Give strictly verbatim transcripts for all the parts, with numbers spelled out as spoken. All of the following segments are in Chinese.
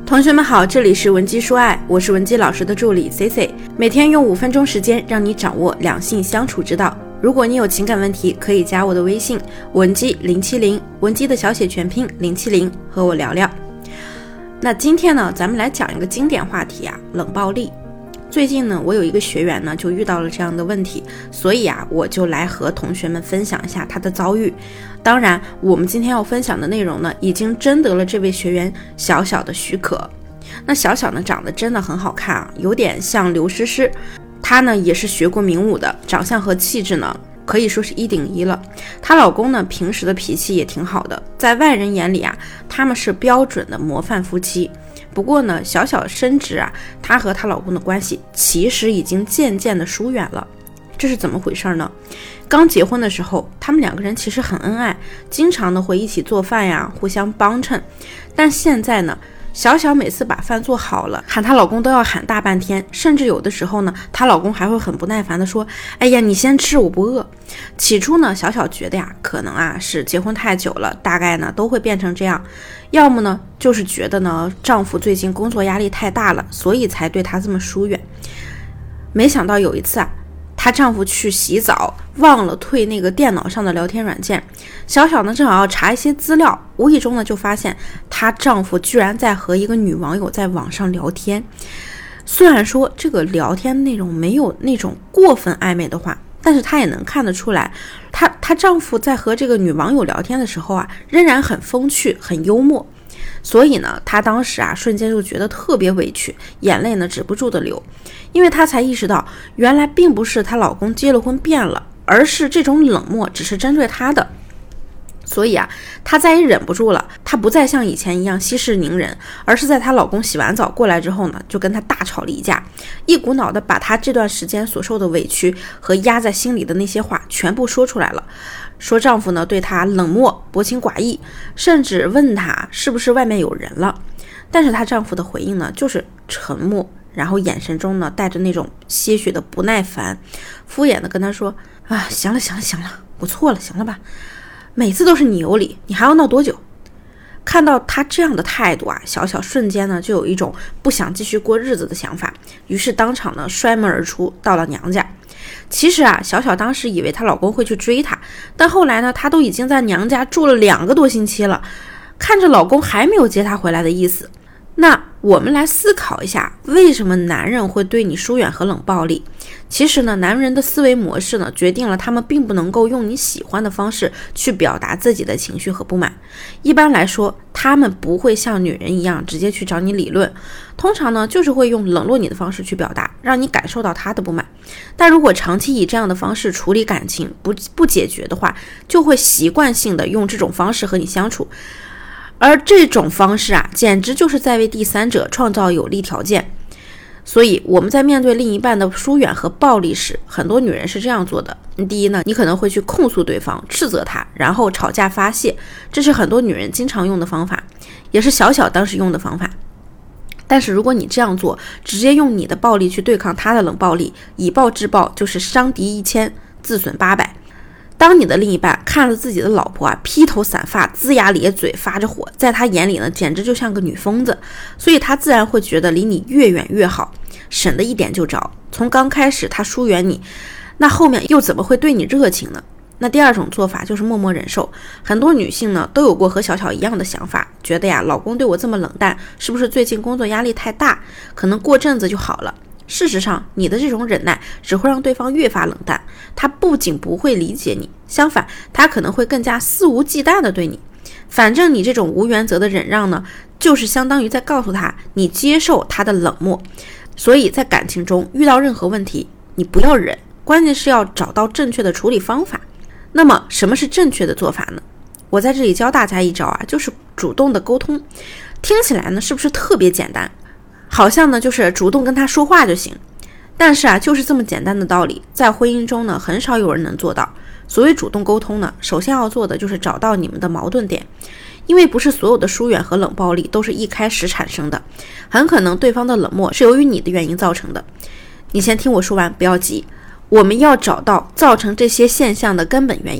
同学们好，这里是文姬说爱，我是文姬老师的助理 C C， 每天用五分钟时间让你掌握两性相处之道。如果你有情感问题，可以加我的微信文姬零七零，文姬的小写全拼零七零，和我聊聊。那今天呢，咱们来讲一个经典话题啊，冷暴力。最近呢，我有一个学员呢就遇到了这样的问题，所以啊，我就来和同学们分享一下他的遭遇。当然，我们今天要分享的内容呢，已经征得了这位学员小小的许可。那小小呢，长得真的很好看啊，有点像刘诗诗。她呢也是学过民舞的，长相和气质呢可以说是一顶一了。她老公呢平时的脾气也挺好的，在外人眼里啊，他们是标准的模范夫妻。不过呢，小小深知啊，她和她老公的关系其实已经渐渐的疏远了。这是怎么回事呢？刚结婚的时候，他们两个人其实很恩爱，经常的会一起做饭呀，互相帮衬。但现在呢，小小每次把饭做好了，喊她老公都要喊大半天，甚至有的时候呢，她老公还会很不耐烦的说：“哎呀，你先吃，我不饿。”起初呢，小小觉得呀，可能啊是结婚太久了，大概呢都会变成这样。要么呢，就是觉得呢丈夫最近工作压力太大了，所以才对她这么疏远。没想到有一次啊，她丈夫去洗澡，忘了退那个电脑上的聊天软件。小小呢正好要查一些资料，无意中呢就发现她丈夫居然在和一个女网友在网上聊天。虽然说这个聊天内容没有那种过分暧昧的话，但是她也能看得出来，她她丈夫在和这个女网友聊天的时候啊，仍然很风趣，很幽默。所以呢，她当时啊瞬间就觉得特别委屈，眼泪呢止不住的流。因为她才意识到，原来并不是她老公结了婚变了，而是这种冷漠只是针对她的。所以啊，她再也忍不住了，她不再像以前一样息事宁人，而是在她老公洗完澡过来之后呢，就跟他大吵了一架，一股脑的把她这段时间所受的委屈和压在心里的那些话全部说出来了。说丈夫呢对她冷漠、薄情寡义，甚至问她是不是外面有人了。但是她丈夫的回应呢就是沉默，然后眼神中呢带着那种些许的不耐烦，敷衍的跟她说：“啊，行了行了行了，我错了，行了吧？每次都是你有理，你还要闹多久？”看到他这样的态度啊，小小瞬间呢就有一种不想继续过日子的想法，于是当场呢摔门而出，到了娘家。其实啊，小小当时以为她老公会去追她，但后来呢，她都已经在娘家住了两个多星期了，看着老公还没有接她回来的意思。那我们来思考一下，为什么男人会对你疏远和冷暴力？其实呢，男人的思维模式呢，决定了他们并不能够用你喜欢的方式去表达自己的情绪和不满。一般来说，他们不会像女人一样直接去找你理论，通常呢，就是会用冷落你的方式去表达，让你感受到他的不满。但如果长期以这样的方式处理感情，不不解决的话，就会习惯性的用这种方式和你相处。而这种方式啊，简直就是在为第三者创造有利条件。所以我们在面对另一半的疏远和暴力时，很多女人是这样做的。第一呢，你可能会去控诉对方，斥责他，然后吵架发泄，这是很多女人经常用的方法，也是小小当时用的方法。但是如果你这样做，直接用你的暴力去对抗他的冷暴力，以暴制暴，就是伤敌一千，自损八百。当你的另一半看了自己的老婆啊，披头散发，龇牙咧嘴，发着火，在他眼里呢，简直就像个女疯子，所以他自然会觉得离你越远越好，省得一点就着。从刚开始他疏远你，那后面又怎么会对你热情呢？那第二种做法就是默默忍受。很多女性呢都有过和小小一样的想法，觉得呀，老公对我这么冷淡，是不是最近工作压力太大，可能过阵子就好了。事实上，你的这种忍耐只会让对方越发冷淡，他不仅不会理解你，相反，他可能会更加肆无忌惮的对你。反正你这种无原则的忍让呢，就是相当于在告诉他，你接受他的冷漠。所以在感情中遇到任何问题，你不要忍，关键是要找到正确的处理方法。那么什么是正确的做法呢？我在这里教大家一招啊，就是主动的沟通。听起来呢，是不是特别简单？好像呢就是主动跟他说话就行，但是啊，就是这么简单的道理，在婚姻中呢，很少有人能做到。所谓主动沟通呢，首先要做的就是找到你们的矛盾点，因为不是所有的疏远和冷暴力都是一开始产生的，很可能对方的冷漠是由于你的原因造成的。你先听我说完，不要急。我们要找到造成这些现象的根本原因，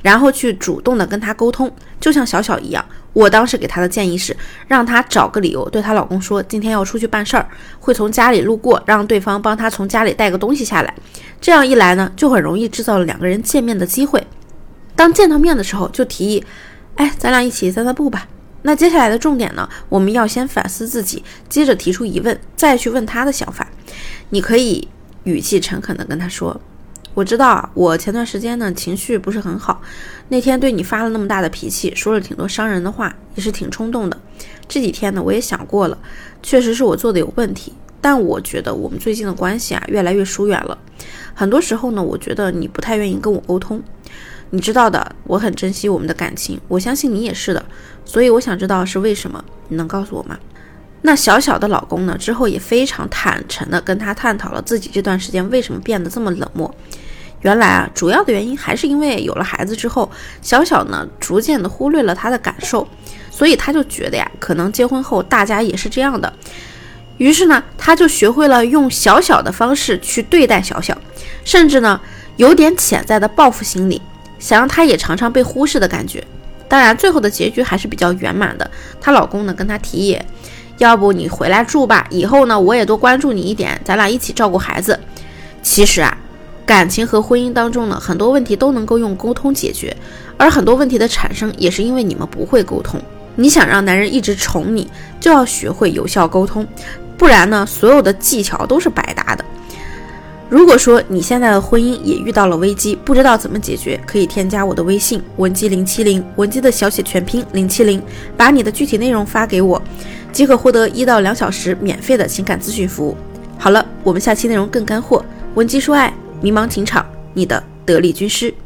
然后去主动的跟他沟通。就像小小一样，我当时给她的建议是让她找个理由对她老公说今天要出去办事儿，会从家里路过，让对方帮她从家里带个东西下来。这样一来呢，就很容易制造了两个人见面的机会。当见到面的时候就提议，哎，咱俩一起散散步吧。那接下来的重点呢，我们要先反思自己，接着提出疑问，再去问他的想法。你可以语气诚恳地跟他说，我知道啊，我前段时间呢情绪不是很好，那天对你发了那么大的脾气，说了挺多伤人的话，也是挺冲动的。这几天呢我也想过了，确实是我做的有问题，但我觉得我们最近的关系啊越来越疏远了。很多时候呢，我觉得你不太愿意跟我沟通。你知道的，我很珍惜我们的感情，我相信你也是的，所以我想知道是为什么，你能告诉我吗？那小小的老公呢，之后也非常坦诚地跟他探讨了自己这段时间为什么变得这么冷漠。原来啊，主要的原因还是因为有了孩子之后，小小呢逐渐的忽略了他的感受，所以他就觉得呀，可能结婚后大家也是这样的。于是呢，他就学会了用小小的方式去对待小小，甚至呢有点潜在的报复心理，想让她也常常被忽视的感觉。当然最后的结局还是比较圆满的，她老公呢跟她提议，要不你回来住吧，以后呢我也多关注你一点，咱俩一起照顾孩子。其实啊，感情和婚姻当中呢，很多问题都能够用沟通解决，而很多问题的产生也是因为你们不会沟通。你想让男人一直宠你，就要学会有效沟通，不然呢所有的技巧都是白搭的。如果说你现在的婚姻也遇到了危机，不知道怎么解决，可以添加我的微信文姬零七零，文姬的小写全拼零七零，把你的具体内容发给我，即可获得一到两小时免费的情感咨询服务。好了，我们下期内容更干货，文姬说爱，迷茫情场，你的得力军师。